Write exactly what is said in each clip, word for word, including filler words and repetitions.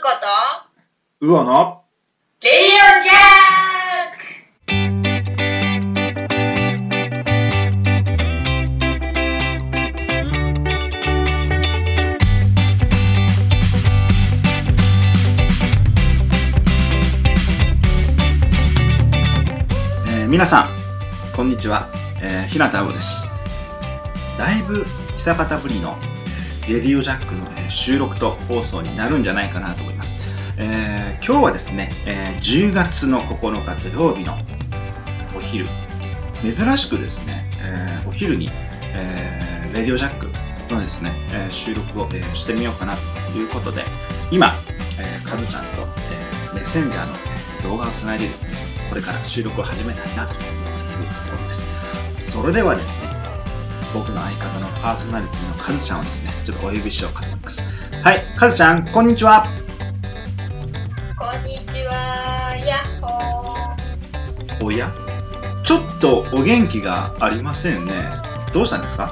ずことうおのレディオジャーク、えー、皆さんこんにちは、えー、日向うおです。だいぶ久方ぶりのレディオジャックの収録と放送になるんじゃないかなと思います。えー、今日はですね、えー、じゅうがつのここのか土曜日のお昼、珍しくですね、えー、お昼に、えー、レディオジャックのですね、えー、収録を、えー、してみようかなということで、今、えー、カズちゃんと、えー、メッセンジャーの動画をつないでですね、これから収録を始めたいなと思っているところです。それではですね、僕の相方のパーソナリティのカズちゃんをですね、ちょっとお呼びしようかと思います。はい、カズちゃん、こんにちは。 こんにちは、やっほー。おや、ちょっとお元気がありませんね。どうしたんですか？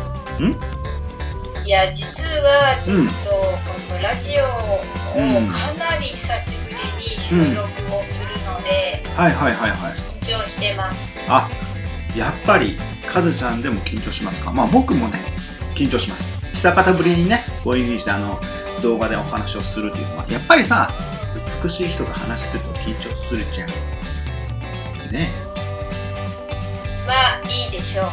ん？いや、実はちょっと、うん、このラジオをかなり久しぶりに収録をするので、 うん、はいはいはいはい。 緊張してます。 あ、やっぱりカズちゃんでも緊張しますか？まあ僕もね、緊張します。久方ぶりにね、お呼びしてあの動画でお話をするっていうのは、やっぱりさ、美しい人と話すると緊張するじゃん。ねえ。まあいいでしょう。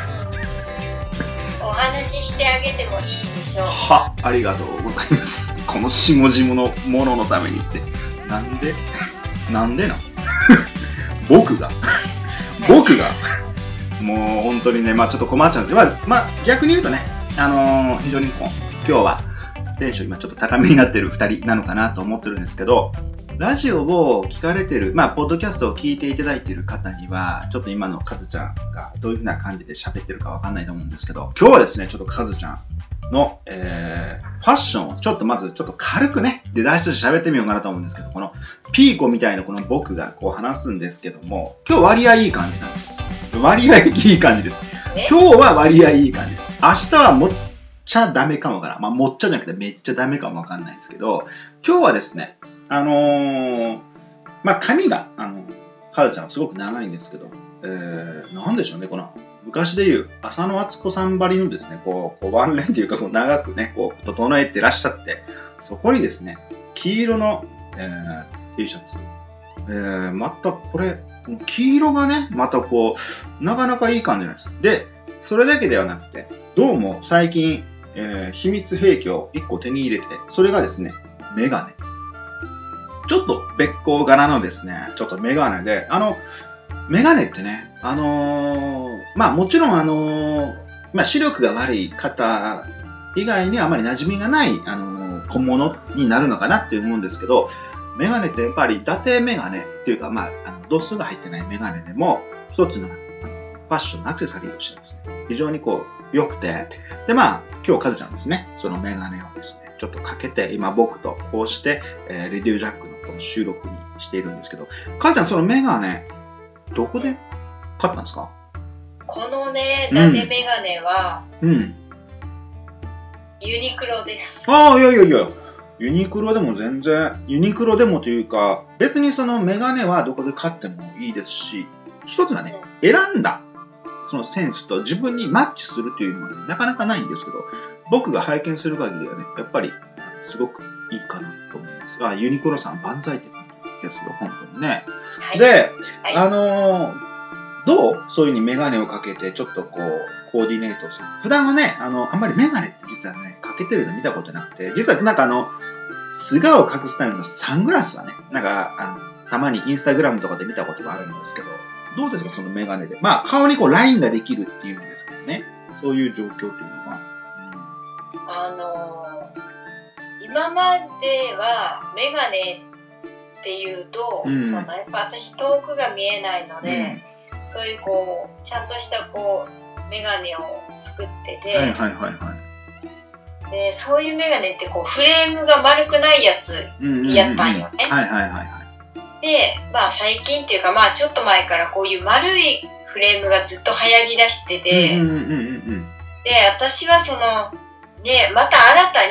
お話ししてあげてもいいでしょう。 は、ありがとうございます。この下々のもののためにって、なんで、なんでなの僕が、僕が。もう本当にね、まあちょっと困っちゃうんですけど、まあ、まあ、逆に言うとね、あのー、非常にこう今日はテンション今ちょっと高めになってるふたりなのかなと思ってるんですけど、ラジオを聞かれてる、まあポッドキャストを聞いていただいている方には、ちょっと今のカズちゃんがどういう風な感じで喋ってるかわかんないと思うんですけど、今日はですね、ちょっとカズちゃんの、えー、ファッションをちょっとまずちょっと軽くね、出だしとして喋ってみようかなと思うんですけど、このピーコみたいなこの僕がこう話すんですけども、今日割合いい感じなんです。割合いい感じです。今日は割合いい感じです。明日はもっちゃダメかもわからん。まあ、もっちゃじゃなくてめっちゃダメかもわかんないですけど、今日はですね、あのー、まあ、髪が、あの、カズちゃんはすごく長いんですけど、えー、なんでしょうね、この、昔で言う、浅野敦子さんばりのですね、こう、こうワンレンっていうか、こう長くね、こう、整えてらっしゃって、そこにですね、黄色の、えー、T シャツ。えー、またこれ、黄色がね、またこう、なかなかいい感じなんです。で、それだけではなくて、どうも最近、えー、秘密兵器をいっこ手に入れて、それがですね、メガネ。ちょっと別光柄のですね、ちょっとメガネで、あの、メガネってね、あのー、まあもちろんあのー、まあ視力が悪い方以外にはあまり馴染みがない、あのー、小物になるのかなって思うんですけど、メガネってやっぱり伊達メガネっていうか、まあ、あの度数が入ってないメガネでも、一つのファッションのアクセサリーとしてですね、非常にこう、良くて、で、まあ、今日カズちゃんですね、そのメガネをですね、ちょっとかけて、今僕とこうして、えー、レディオジャックのこの収録にしているんですけど、カズちゃん、そのメガネ、どこで買ったんですか？ このね、伊達メガネは、 うん。うん、 ユニクロです。 ああ、いやいやいや。ユニクロでも全然、ユニクロでもというか、別にそのメガネはどこで買ってもいいですし、一つはね、選んだそのセンスと自分にマッチするっていうのは、ね、なかなかないんですけど、僕が拝見する限りはね、やっぱりすごくいいかなと思います。あ、ユニクロさん万歳って感じですよ、本当にね。はい、で、はい、あのー、どうそういう風にメガネをかけてちょっとこう、コーディネートする。普段はね、あの、あんまりメガネって実はね、かけてるの見たことなくて、実はなんかあの、素顔を隠すためのサングラスはね、なんか、あの、たまにインスタグラムとかで見たことがあるんですけど、どうですか、そのメガネで。まあ、顔にこう、ラインができるっていうんですけどね。そういう状況というのは。 うん、あのー、今までは、メガネっていうと、うん、そのやっぱ私遠くが見えないので、うん、そういうこう、ちゃんとしたこう、メガネを作ってて、 はいはいはいはい。 でそういうメガネってこうフレームが丸くないやつやったんよね。 はいはいはいはい。 で、まあ最近っていうかまあちょっと前からこういう丸いフレームがずっと流行りだしてて、 うんうんうんうん、 で私はそのねまた新たに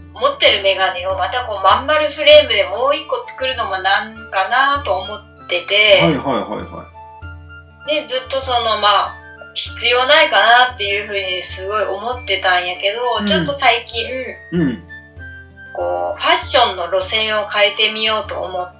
持ってるメガネをまたこうまん丸フレームでもう一個作るのもなんかなと思ってて、 はいはいはいはい。 でずっとそのまあ必要ないかなっていうふうにすごい思ってたんやけど、うん、ちょっと最近、うん、こうファッションの路線を変えてみようと思って、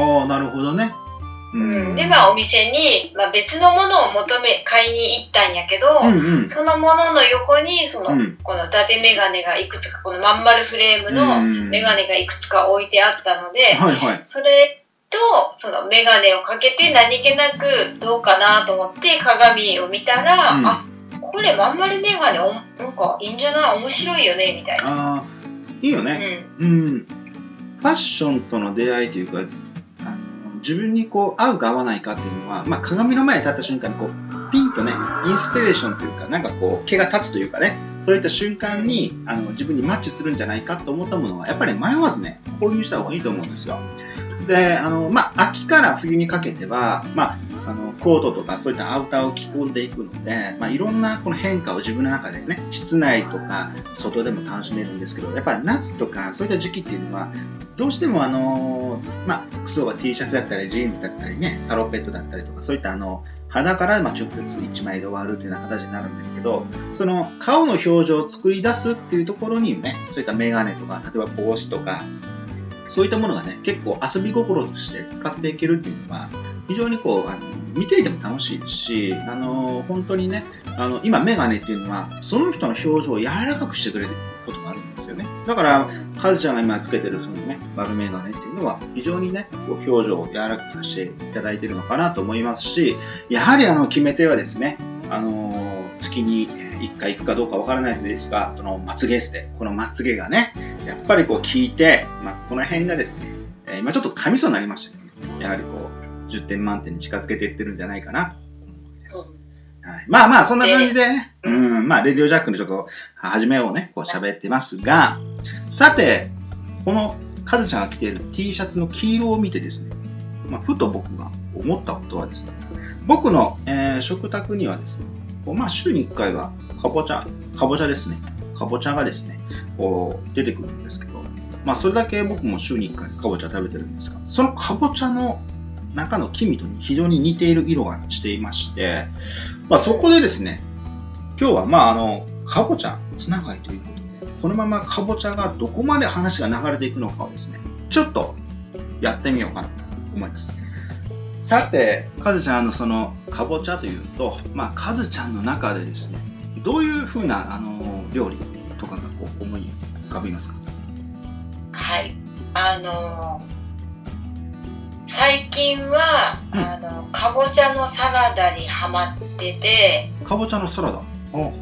ああなるほどね。 うん、でまあお店に、まあ、別のものを求め買いに行ったんやけど、うんうん、そのものの横にその、うん、この伊達メガネがいくつかこのまん丸フレームのメガネがいくつか置いてあったので、うんはいはい、それとそのメガネをかけて何気なくどうかなと思って鏡を見たら、うん、あこれまん丸メガネおなんかいいんじゃない面白いよねみたいな。 あいいよね、うんうん、ファッションとの出会いというか自分にこう合うか合わないかっていうのは、まあ、鏡の前に立った瞬間にこうピンとねインスピレーションというかなんかこう毛が立つというかねそういった瞬間にあの自分にマッチするんじゃないかと思ったものはやっぱり迷わずね購入した方がいいと思うんですよ。であの、まあ、秋から冬にかけては、まあ、あのコートとかそういったアウターを着込んでいくので、まあ、いろんなこの変化を自分の中でね室内とか外でも楽しめるんですけどやっぱり夏とかそういった時期っていうのはどうしてもあのまあ服装が T シャツだったりジーンズだったりねサロペットだったりとかそういったあの肌からまあ直接いちまいで終わるというような形になるんですけどその顔の表情を作り出すっていうところにねそういったメガネとか例えば帽子とかそういったものがね結構遊び心として使っていけるっていうのは非常にこうあの見ていても楽しいですしあの本当にねあの今メガネっていうのはその人の表情を柔らかくしてくれることがあるんですよね。だからカズちゃんが今つけてるそのね丸メガネっていうのは非常にねこう表情を柔らかくさせていただいているのかなと思いますしやはりあの決め手はですねあの月にいっかい行くかどうかわからないですがそのまつげエステこのまつげがねやっぱりこう効いて、まあ、この辺がですね、えー、今ちょっと噛みそうになりましたけど、ね、やはりこうじゅってん満点に近づけていってるんじゃないかなと思うんです、はい、まあまあそんな感じで、ね、うんまあレディオジャックのちょっと始めをねこう喋ってますがさてこのカズちゃんが着ている T シャツの黄色を見てですね、まあ、ふと僕が思ったことはですね僕の、えー、食卓にはですねこう、まあ、週にいっかいはかぼちゃかぼちゃですねかぼちゃがですねこう出てくるんですけど、まあ、それだけ僕も週にいっかいかぼちゃ食べてるんですがそのかぼちゃの中の黄身と非常に似ている色がしていまして、まあ、そこでですね今日はまああのかぼちゃつながりということでこのままかぼちゃがどこまで話が流れていくのかをですねちょっとやってみようかなと思います。さてカズちゃんあのそのかぼちゃというと、まあ、カズちゃんの中でですねどういう風なあの料理とかがこう思い浮かびますか？ はいあのー最近は、うん、あのかぼちゃのサラダにハマっててかぼちゃのサラダはい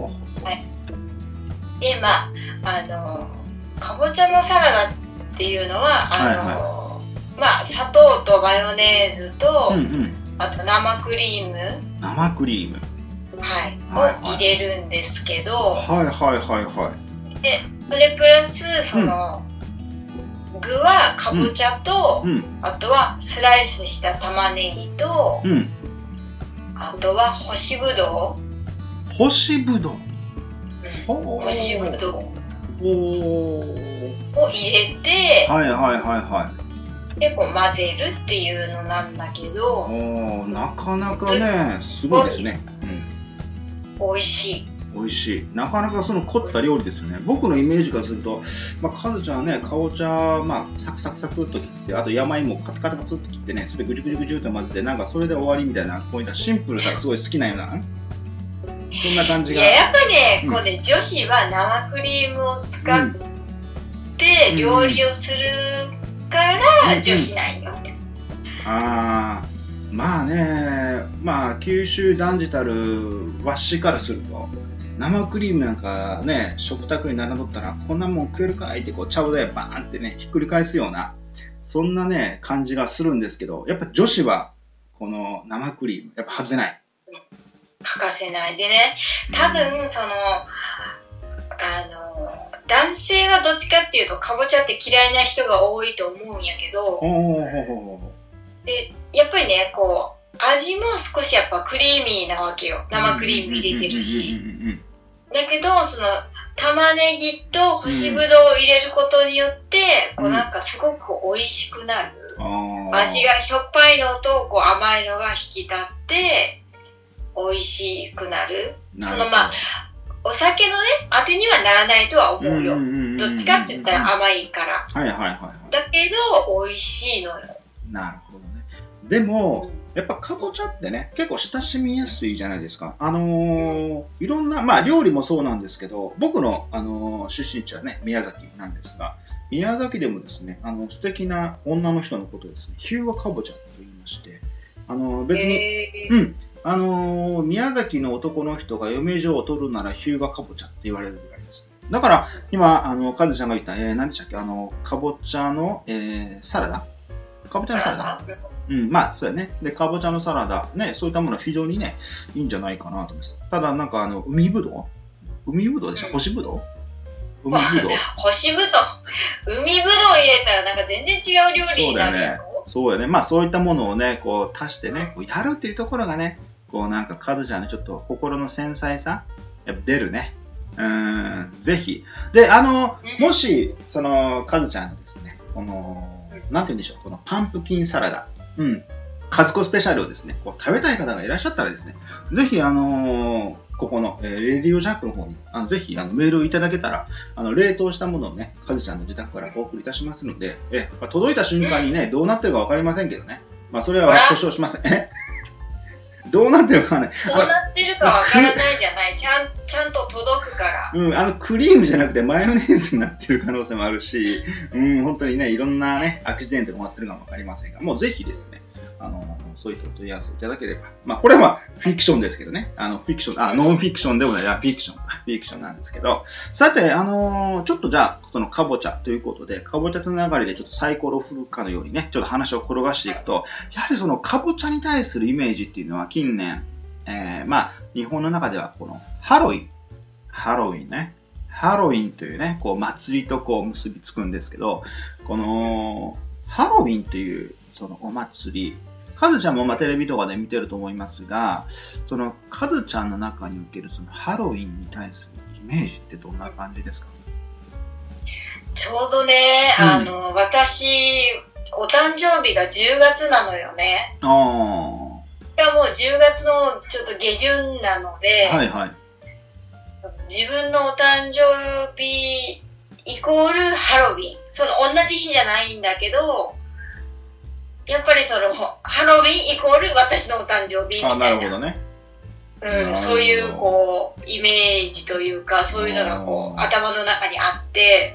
でまああのかぼちゃのサラダっていうのはあの、はいはい、まあ砂糖とマヨネーズと、うんうん、あと生クリーム生クリームはい、はいはい、を入れるんですけどはいはいはいはいでそれプラスその、うん具はかぼちゃと、うん、あとはスライスした玉ねぎと、うん、あとは干しぶどう干しぶどう、 うん、干しぶどうを入れてはいはいはいはいでこう混ぜるっていうのなんだけどおなかなかねすごいですね、 うん、美味しい美味しいなかなかその凝った料理ですよね。僕のイメージからすると、まあ、カズちゃんはねかぼちゃ、まあ、サクサクサクっと切ってあと山芋カタカタカツっと切ってねそれぐじゅぐじゅぐじゅっと混ぜてなんかそれで終わりみたいなこういったシンプルさがすごい好きなようなそんな感じがいややっぱね、うん、こうね女子は生クリームを使って料理をするから女子なんよ、うんうん、 あーまあねまあ九州男児たるわしからすると生クリームなんかね食卓に並んどったらこんなもん食えるかいってこう茶でバーンってねひっくり返すようなそんなね感じがするんですけどやっぱ女子はこの生クリームやっぱ外せない欠かせないでね多分そのあの男性はどっちかっていうとかぼちゃって嫌いな人が多いと思うんやけどでやっぱりねこう味も少しやっぱクリーミーなわけよ生クリーム入れてるしだけどその玉ねぎと干しぶどうを入れることによって、うん、こうなんかすごく美味しくなる。うん、味がしょっぱいのとこう甘いのが引き立って美味しくなる。そのまあお酒のね当てにはならないとは思うよ。どっちかって言ったら甘いから。 はいはいはい、はい。 だけど美味しいのよ。 なるほどね。でも、うん、やっぱかぼちゃってね結構親しみやすいじゃないですか。あのー、いろんなまあ料理もそうなんですけど、僕の、あのー、出身地はね宮崎なんですが、宮崎でもですねあの素敵な女の人のことをですね日向かぼちゃと言いまして、あのー、別に、えー、うんあのー、宮崎の男の人が嫁嬢を取るなら日向かぼちゃって言われるぐらいです。だから今あのカズちゃんが言った、えー、何でしたっけあのかぼちゃの、えー、サラダかぼちゃのサラダうん、まあ、そうやね。で、かぼちゃのサラダ、ね、そういったものは非常にね、いいんじゃないかなと思います。ただ、なんか、あの、海ぶどう海ぶどうでした、うん、干しぶどう海ぶどう干しぶどう海ぶどう入れたら、なんか全然違う料理になるやろ。 そうやね。まあ、そういったものをね、こう、足してね、こうやるっていうところがね、こう、なんか、カズちゃんのちょっと心の繊細さ、やっぱ出るね。うーん、ぜひ。で、あの、もし、その、カズちゃんのですね、この、なんて言うんでしょう、このパンプキンサラダ。うん。カズコスペシャルをですね、こう食べたい方がいらっしゃったらですね、ぜひ、あのー、ここの、えー、レディオジャックの方に、あのぜひあのメールをいただけたら、あの冷凍したものをね、カズちゃんの自宅からお送りいたしますので、えまあ、届いた瞬間にね、どうなってるかわかりませんけどね。まあ、それは保証しません。えどうなってるかね。 どうなってるかわからないじゃない。ちゃん、ちゃんと届くから。 うん、あの、クリームじゃなくてマヨネーズになってる可能性もあるし、うん、本当にね、いろんなね、アクシデントが待ってるかもわかりませんが、もうぜひですね、あの、そういったお問い合わせいただければ。まあ、これはフィクションですけどね。あの、フィクション、あ、ノンフィクションでもない、フィクション、フィクションなんですけど。さて、あのー、ちょっとじゃあ、そのかぼちゃということで、かぼちゃつながりでちょっとサイコロ振るかのようにね、ちょっと話を転がしていくと、やはりそのかぼちゃに対するイメージっていうのは近年、えー、まあ、日本の中ではこのハロウィン、ハロウィンね。ハロウィンというね、こう祭りとこう結びつくんですけど、このハロウィンというそのお祭り、カズちゃんもまあテレビとかで見てると思いますが、そのカズちゃんの中におけるそのハロウィンに対するイメージってどんな感じですか？ ちょうどね、うん、あの私お誕生日がじゅうがつなのよね。ああ。いやもうじゅうがつのちょっと下旬なので、はいはい。自分のお誕生日イコールハロウィン。その同じ日じゃないんだけど、やっぱりそのハロウィンイコール私のお誕生日みたいな。あ、なるほどね。うん、そういうこうイメージというかそういうのがこう頭の中にあって。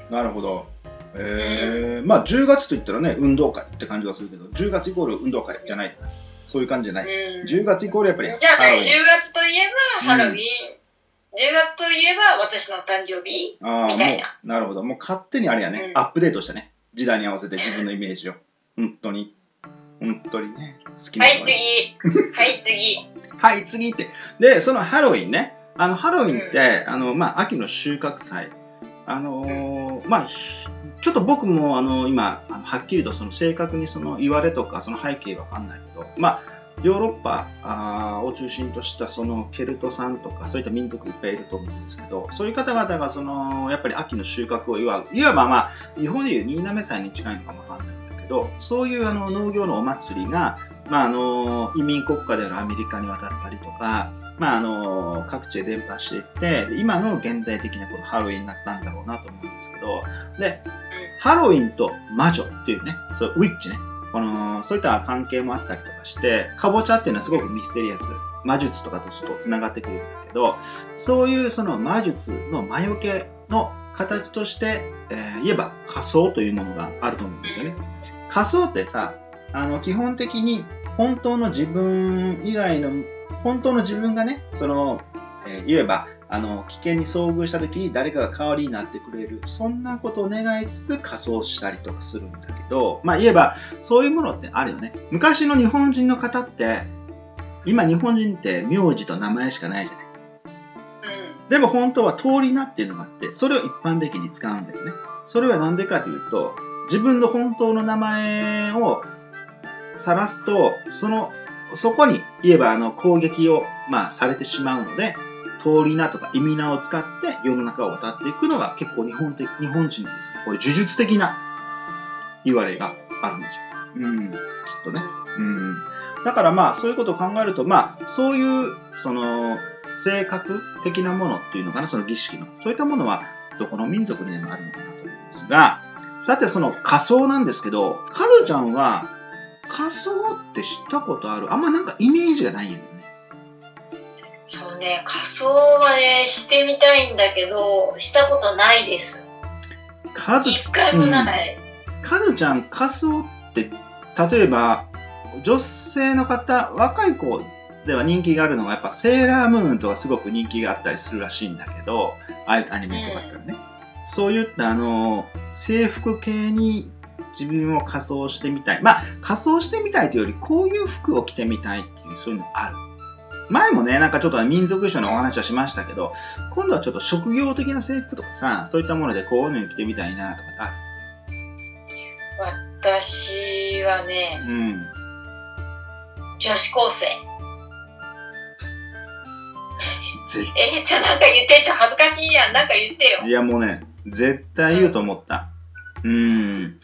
なるほど。えー、うん、まあじゅうがつといったらね運動会って感じがするけど、じゅうがつイコール運動会じゃない。そういう感じじゃない。うん、じゅうがつイコールやっぱり。じゃあね、じゅうがつといえばハロウィン。うん、じゅうがつといえば私の誕生日みたいな。なるほど。もう勝手にあれやね、うん、アップデートしたね。時代に合わせて自分のイメージを。本当に。本当にね。好きな。はい次。はい次。はい次って。で、そのハロウィンね。あのハロウィンって、うん、あのまあ秋の収穫祭。あのーうん、まあちょっと僕もあの今あのはっきりとその正確にその言われとかその背景わかんないけど、まあヨーロッパあを中心としたそのケルトさんとかそういった民族いっぱいいると思うんですけど、そういう方々がそのやっぱり秋の収穫を祝う、いわばまあ日本でいう新嘗祭に近いのかもわかんないんだけど、そういうあの農業のお祭りが、まあ、あの移民国家であるアメリカに渡ったりとか、まあ、あの各地へ伝播していって、今の現代的なこのハロウィンになったんだろうなと思うんですけど、でハロウィンと魔女っていうね、そうウィッチね、このそういった関係もあったりとかして、かぼちゃっていうのはすごくミステリアス、魔術とかとつながってくるんだけど、そういうその魔術の魔除けの形として、えー、言えば仮装というものがあると思うんですよね。仮装ってさ、あの基本的に本当の自分以外の本当の自分がね、その、えー、言えばあの危険に遭遇した時に誰かが代わりになってくれる、そんなことを願いつつ仮装したりとかするんだけど、まあ言えばそういうものってあるよね。昔の日本人の方って、今日本人って名字と名前しかないじゃない。うん、でも本当は通り名っていうのがあって、それを一般的に使うんだよね。それはなんでかというと、自分の本当の名前を晒すと、そのそこに言えばあの攻撃を、まあ、されてしまうので、 通り名とか意味名を使って世の中を渡っていくのが結構日本的、日本人のですね、こういう呪術的な言われがあるんですよ。うん、きっとね。うん。だからまあそういうことを考えると、まあそういう、その、性格的なものっていうのかな、その儀式の。そういったものはどこの民族にでもあるのかなと思いますが、さてその仮装なんですけど、カズちゃんは仮装って知ったことある？あんまなんかイメージがないんやけどね。 そうね、仮装はね、してみたいんだけど、したことないです。 カズ、 一回もない。 うん、カズちゃん仮装って、例えば、女性の方、若い子では人気があるのが、やっぱセーラームーンとかすごく人気があったりするらしいんだけど、ああいうアニメとかだったらね。うん、そういったあの、制服系に自分を仮装してみたい。まあ、仮装してみたいというより、こういう服を着てみたいっていう、そういうのある。前もね、なんかちょっと民族衣装のお話はしましたけど、今度はちょっと職業的な制服とかさ、そういったものでこういうの着てみたいなとかある？ 私はね、うん、女子高生。え、ちょ、なんか言って、ちょ、恥ずかしいやん。なんか言ってよ。 いや、もうね、絶対言うと思った。うん。うん、 言うと思った。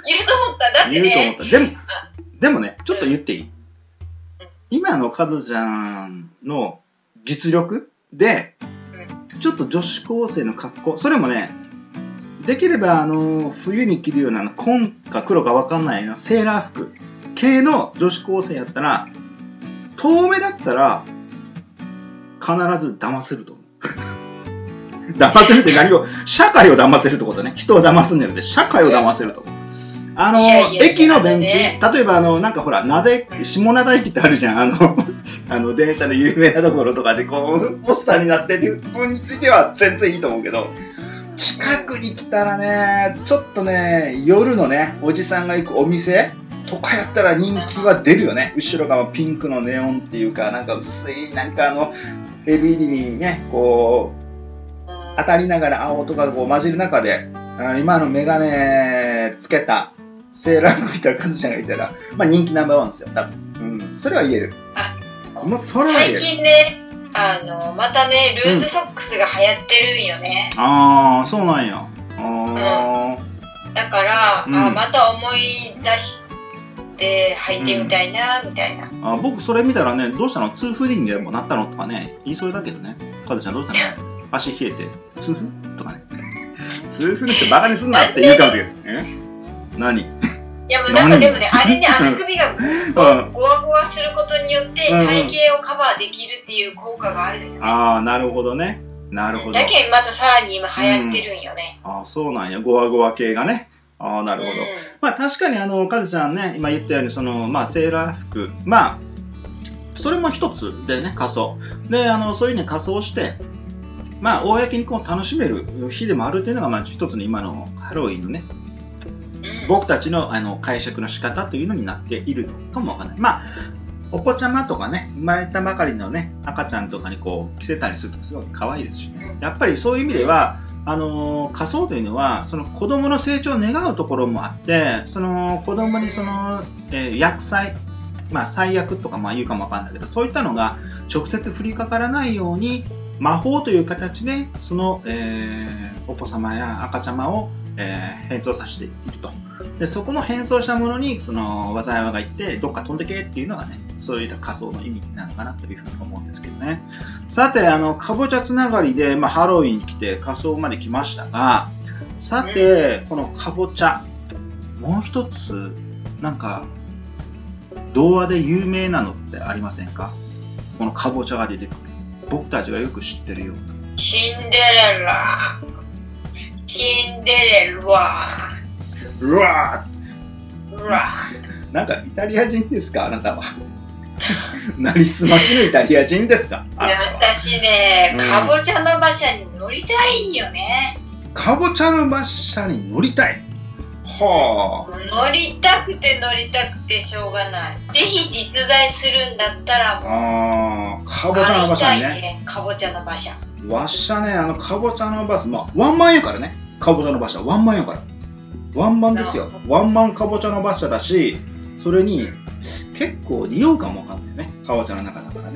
だってね。 言うと思った。でも、でもね、ちょっと言っていい？うん、今のカズちゃんの実力で、うん、ちょっと女子高生の格好、それもね、できれば、あの、冬に着るような、紺か黒か分かんないようなセーラー服系の女子高生やったら、遠目だったら、必ず騙せると思う。騙せるって何を、社会を騙せるってことね。人を騙すんじゃなくて、社会を騙せると思う。あの、いやいやいや駅のベンチ、ね、例えばあの、なんかほら、なで、下灘駅ってあるじゃん。あの、あの、電車の有名なところとかで、こう、ポスターになってる分については全然いいと思うけど、近くに来たらね、ちょっとね、夜のね、おじさんが行くお店とかやったら人気は出るよね。後ろがピンクのネオンっていうか、なんか薄い、なんかあの、エルイーディー にね、こう、当たりながら青とかこう混じる中で、今のメガネつけた、セーラー服着たカズちゃんがいたら、まあ人気ナンバーワンですよ、多分。うん。それは言える。 あ、もうそれは言える。最近ね、あの、またね、ルーズソックスが流行ってるんよね。 うん、ああ、そうなんや。ああ、うん。だから、うん、あ、また思い出して履いてみたいな、うん、みたいな。 あ、僕それ見たらね、どうしたの？痛風にでもなったのとかね、言いそうだけどね。カズちゃんどうしたの？足冷えて。痛風とかね。痛風の人バカにすんなって言うかもしれない。え？何？ いやもうなんかでもね、あれね、足首がゴワゴワすることによって体型をカバーできるっていう効果があるよね。うん、 ああ、なるほどね。なるほど。 だけどまたさらに今流行ってるんよね。 うん、ああ、そうなんや。ゴワゴワ系がね。ああ、なるほど。うん、まあ確かにあの、カズちゃんね、今言ったように、その、まあセーラー服。まあ、それも一つでね、仮装。で、あの、そういうね、仮装して、まあ、公にこう楽しめる日でもあるというのが、まあ一つの今のハロウィンのね、僕たちの、あの解釈の仕方というのになっているのかもわからない。まあ、お子ちゃまとかね、生まれたばかりのね、赤ちゃんとかにこう着せたりするとすごい可愛いですしね。やっぱりそういう意味では、あのー、仮装というのは、その子供の成長を願うところもあって、その子供にその、えー、薬剤、まあ最悪とかまあ言うかもわかんないけど、そういったのが直接降りかからないように、魔法という形で、その、えー、お子様や赤ちゃまを、えー、変装させていると。で、そこの変装したものに、その、災いがいって、どっか飛んでけっていうのがね、そういった仮装の意味なのかなというふうに思うんですけどね。さて、あの、かぼちゃつながりで、まあ、ハロウィン来て仮装まで来ましたが、さて、このかぼちゃ、もう一つ、なんか、童話で有名なのってありませんか？このかぼちゃが出てくる。僕たちがよく知ってるような。 シンデレラ。シンデレラ。 うわーうわーなんかイタリア人ですかあなたは。なりすましのイタリア人ですか？ いや、私ね、かぼちゃの馬車に乗りたいよね。 かぼちゃの馬車に乗りたい。はあ。乗りたくて乗りたくてしょうがない。ぜひ実在するんだったらもう。 ああ、かぼちゃの馬車にね。 ね、かぼちゃの馬車。 わっしゃね、あのかぼちゃの馬車、まあワンマンやからね。かぼちゃの馬車ワンマンやから。ワンマンですよ。ワンマンかぼちゃの馬車だし、それに結構利用感もわかんないよね。かぼちゃの中だからね。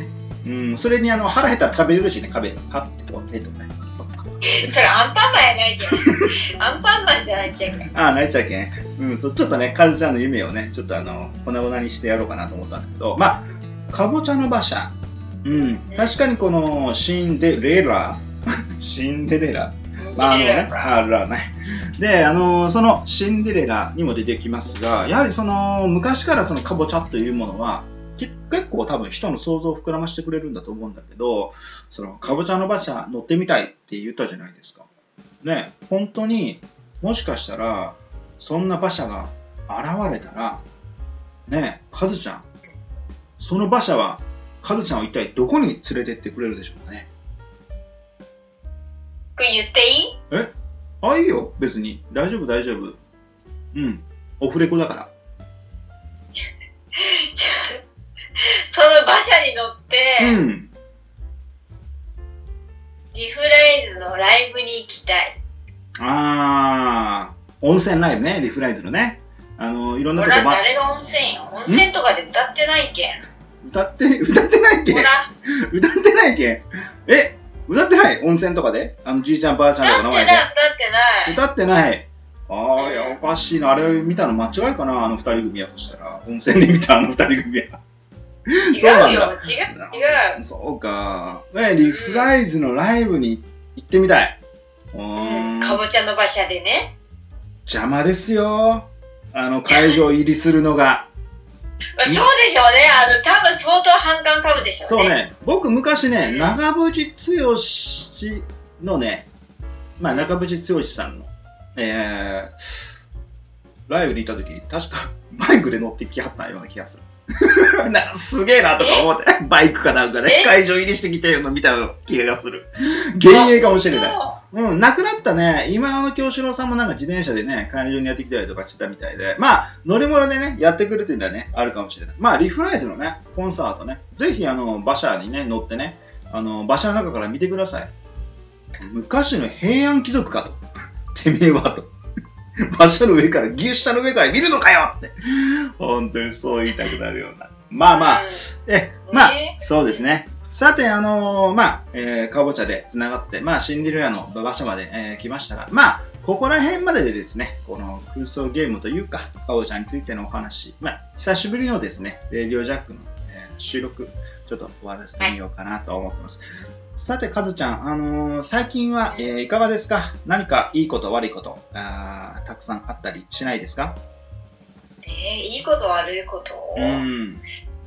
うん、それにあの腹減ったら食べれるしね、壁がパッてこう手とね。 それアンパンマンやないけど。アンパンマンじゃないっちゃいけん。 ああ、ないっちゃいけん。うん、そう、ちょっとね、カズちゃんの夢をね、ちょっとあの、粉々にしてやろうかなと思ったんだけど、まあ、かぼちゃの馬車。うん、確かにこのシンデレラ、シンデレラ。まあ、あのね、あらね。で、あの、そのシンデレラにも出てきますが、やはりその、昔からそのかぼちゃというものは、結構多分人の想像を膨らましてくれるんだと思うんだけど、そのかぼちゃの馬車乗ってみたいって言ったじゃないですか。ね、本当にもしかしたらそんな馬車が現れたら、ね、カズちゃん、その馬車はカズちゃんを一体どこに連れてってくれるでしょうかね。 これ言っていい？ え？あ、いいよ、別に大丈夫大丈夫。うん、オフレコだから。 その馬車に乗って、うん、リフライズのライブに行きたい。 ああ、温泉ライブね、リフライズのね。あの、いろんなとこ。 ほら、誰が温泉よ。温泉とかで歌ってないけん。 歌って、歌ってないけん。ほら。歌ってないけん。え、歌ってない温泉とかであの、じいちゃんばあちゃんとかの前で。 歌ってない、 歌ってない。歌ってない。ああ、いや、おかしいな。あれ見たの間違いかな、あの二人組やとしたら。温泉で見たあの二人組や。 違うよ、違う、違う。そうか。ね、リフライズのライブに行ってみたい。 うん、かぼちゃの馬車でね。 邪魔ですよ。あの、会場入りするのが。 そうでしょうね。あの、多分相当反感かぶでしょうね。 そうね。僕昔ね、うん、長渕剛のね、まあ、長渕剛さんの、えー、ライブに行った時、確かバイクで乗ってきはったような気がする。なすげえなとか思って、バイクかなんかね、会場入りしてきたような見た気がする。幻影かもしれない。うん、亡くなったね、今の京志郎さんもなんか自転車でね、会場にやってきたりとかしてたみたいで、まあ、乗り物でね、やってくるっていうのはね、あるかもしれない。まあ、リフライズのね、コンサートね、ぜひあの、馬車にね、乗ってね、あの、馬車の中から見てください。昔の平安貴族かと。てめえはと。馬車の上から、牛車の上から見るのかよって。本当にそう言いたくなるような。まあまあ、え、まあ、そうですね。さて、あのー、まあ、えー、かぼちゃで繋がって、まあ、シンデレラの馬車まで、えー、来ましたが、まあ、ここら辺まででですね、この空想ゲームというか、かぼちゃについてのお話、まあ、久しぶりのですね、レディオジャックの、えー、収録、ちょっと終わらせてみようかなと思ってます。さて、かずちゃん、あのー、最近は、えー、いかがですか？何かいいこと悪いことあたくさんあったりしないですか？ えー、いいこと悪いことうん。うーん、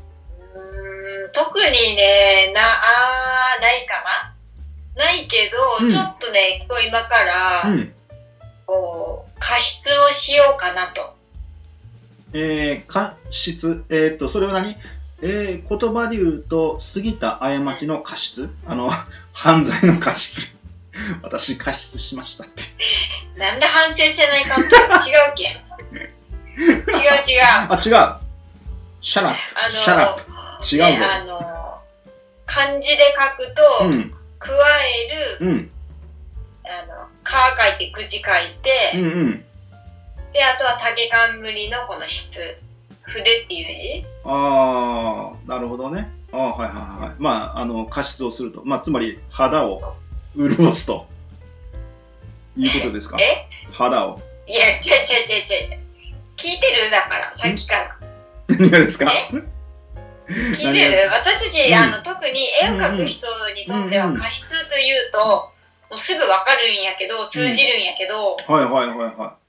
特にね、な、あー、ないかなないけど、うん、ちょっとね、今日今から、うん、こう、加湿をしようかなと。 えー、加湿えー、っと、それは何？えー、言葉で言うと、過ぎた過ちの過失、あの、犯罪の過失。私、過失しましたって。 なんで反省せないかんと違うけん。違う違う。 あ、違う。シャラップ。シャラップ。違うぞ。 ね、あの、漢字で書くと、うん、加える、うん、あの、か書いて、口書いて、うんうん、で、あとは竹冠のこの筆。筆っていう字？ ああ、なるほどね。ああ、はいはいはい。まあ、あの、加湿をすると。まあ、つまり、肌を潤すと。いうことですか？ え？ 肌を。 いや、違う違う違う違う。聞いてる？だから、さっきから。 何がですか？ 聞いてる？私たち、うん、あの、特に絵を描く人にとっては、加湿というと、もうすぐわかるんやけど、通じるんやけど、 うん、はいはいはいはい。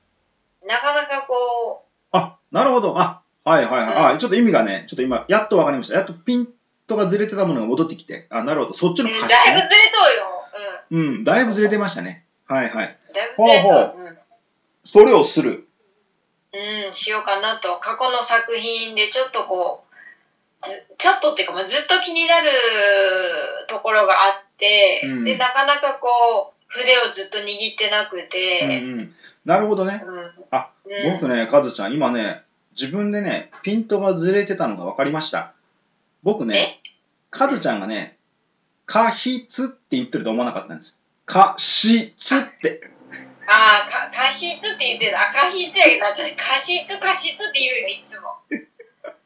なかなかこう、 あ、なるほど。あ、はいはいはい。うん、あ、ちょっと意味がね、ちょっと今、やっとわかりました。やっとピントがずれてたものが戻ってきて、あ、なるほど。そっちの加湿、ね。 だいぶずれとうよ。うん。うん、だいぶずれてましたね。はいはい。 だいぶずれとう。ほうほう、うん。 それをする。 うん、しようかなと。過去の作品でちょっとこう、ちょっとっていうか、まあ、ずっと気になるところがあって、うん、で、なかなかこう、筆をずっと握ってなくて。 うんうん、なるほどね。うん、あ、うん、僕ね、カズちゃん、今ね、自分でね、ピントがずれてたのが分かりました。僕ね、カズちゃんがね、加筆って言ってると思わなかったんです。加湿って。 ああ、か、加湿って言ってる。あ、加筆やけど、私、加湿、加湿って言うよ、いつも。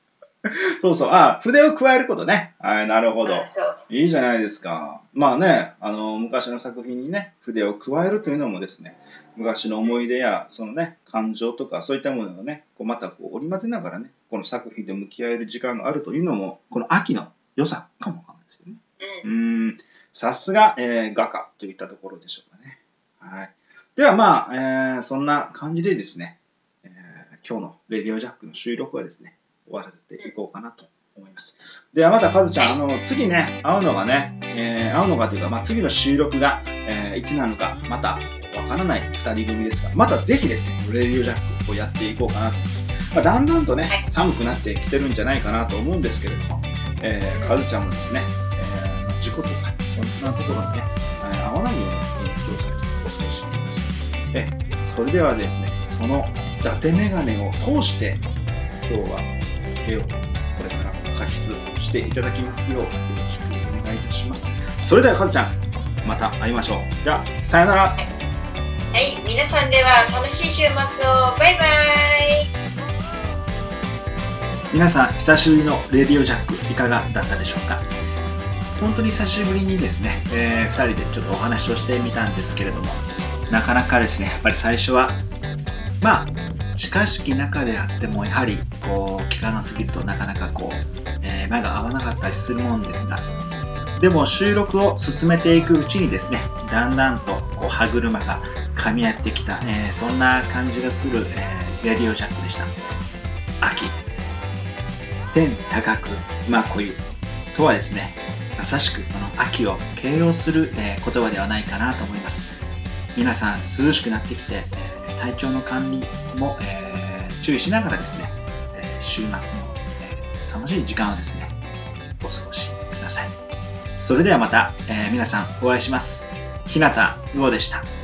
そうそう。あ、筆を加えることね。はい、なるほど。 うん、そうです。 いいじゃないですか。まあね、あの、昔の作品にね、筆を加えるというのもですね、昔の思い出や、そのね、感情とか、そういったものをね、こうまたこう織り交ぜながらね、この作品で向き合える時間があるというのも、この秋の良さかもわかんないですよね。 うん。 うーん、さすが、えー、画家といったところでしょうかね。はい。ではまあ、えー、そんな感じでですね、えー、今日のレディオジャックの収録はですね、終わらせていこうかなと思います。ではまたカズちゃん、あの、次ね、会うのがね、えー、会うのがというか、まあ、次の収録が、えー、いつなのか、またわからないふたり組ですが、またぜひですね、レディオジャックをやっていこうかなと思います。まあ、だんだんとね、寒くなってきてるんじゃないかなと思うんですけれども、えー、カズちゃんもですね、えー、事故とか、そんなところにね、えー、合わないように、えー、気をつけてお過ごしください。え、それではですね、その伊達メガネを通して、今日は絵をこれから描出していただきますようよろしくお願いいたします。それではカズちゃん、また会いましょう。では、さよなら。 はい、皆さんでは楽しい週末を。バイバイ。 皆さん、久しぶりのレディオジャックいかがだったでしょうか。本当に久しぶりにですね、えー、ふたりでちょっとお話をしてみたんですけれども、なかなかですね、やっぱり最初はまあ近しき中であってもやはりこう聞かなすぎるとなかなかこう、えー、目が合わなかったりするもんですが、でも収録を進めていくうちにですね、だんだんとこう歯車が噛み合ってきた、えー、そんな感じがする、えー、レディオジャックでした。秋天高く馬こゆとはですね、まさしくその秋を形容する、えー、言葉ではないかなと思います。皆さん涼しくなってきて、えー、体調の管理も、えー、注意しながらですね、えー、週末の、えー、楽しい時間をですねお過ごしください。それではまた、えー、皆さんお会いします。日向魚でした。